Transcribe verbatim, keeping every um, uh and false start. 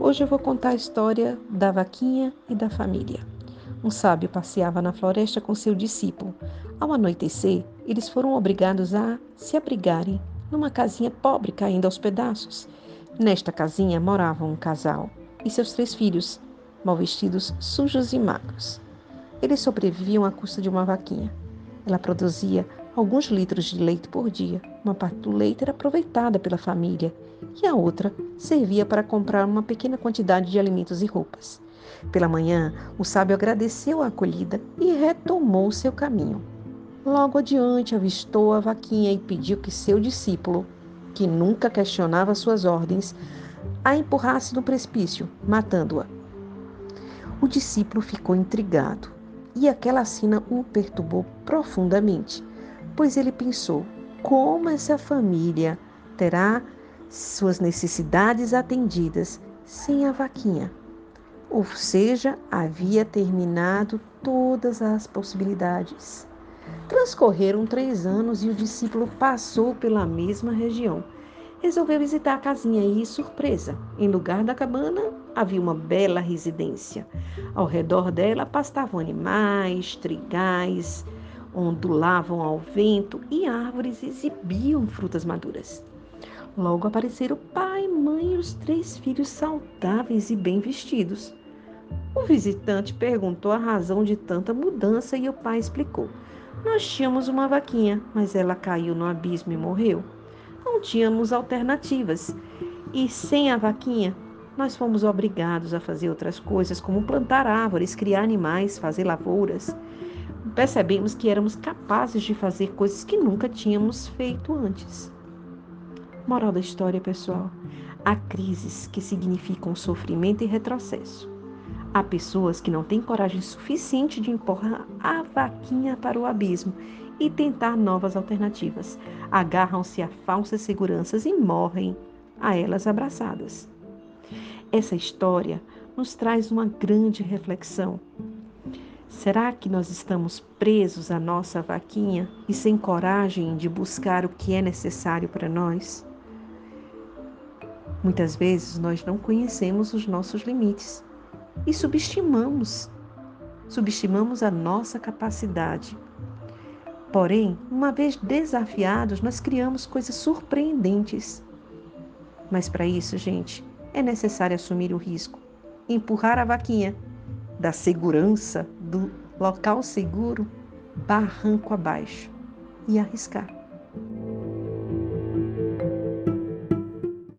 Hoje eu vou contar a história da vaquinha e da família. Um sábio passeava na floresta com seu discípulo. Ao anoitecer, eles foram obrigados a se abrigarem numa casinha pobre caindo aos pedaços. Nesta casinha moravam um casal e seus três filhos, mal vestidos, sujos e magros. Eles sobreviviam à custa de uma vaquinha. Ela produzia alguns litros de leite por dia. Uma parte do leite era aproveitada pela família e a outra servia para comprar uma pequena quantidade de alimentos e roupas. Pela manhã, o sábio agradeceu a acolhida e retomou seu caminho. Logo adiante, avistou a vaquinha e pediu que seu discípulo, que nunca questionava suas ordens, a empurrasse no precipício, matando-a. O discípulo ficou intrigado e aquela cena o perturbou profundamente, pois ele pensou: como essa família terá suas necessidades atendidas sem a vaquinha? Ou seja, havia terminado todas as possibilidades. Transcorreram três anos e o discípulo passou pela mesma região. Resolveu visitar a casinha e, surpresa, em lugar da cabana havia uma bela residência. Ao redor dela pastavam animais, trigais, ondulavam ao vento e árvores exibiam frutas maduras. Logo apareceram o pai, mãe e os três filhos saudáveis e bem vestidos. O visitante perguntou a razão de tanta mudança e o pai explicou: nós tínhamos uma vaquinha, mas ela caiu no abismo e morreu. Não tínhamos alternativas. E sem a vaquinha, nós fomos obrigados a fazer outras coisas, como plantar árvores, criar animais, fazer lavouras. Percebemos que éramos capazes de fazer coisas que nunca tínhamos feito antes. Moral da história, pessoal: há crises que significam sofrimento e retrocesso. Há pessoas que não têm coragem suficiente de empurrar a vaquinha para o abismo e tentar novas alternativas. Agarram-se a falsas seguranças e morrem a elas abraçadas. Essa história nos traz uma grande reflexão. Será que nós estamos presos à nossa vaquinha e sem coragem de buscar o que é necessário para nós? Muitas vezes nós não conhecemos os nossos limites e subestimamos, subestimamos a nossa capacidade. Porém, uma vez desafiados, nós criamos coisas surpreendentes. Mas para isso, gente, é necessário assumir o risco, empurrar a vaquinha da segurança, do local seguro, barranco abaixo e arriscar.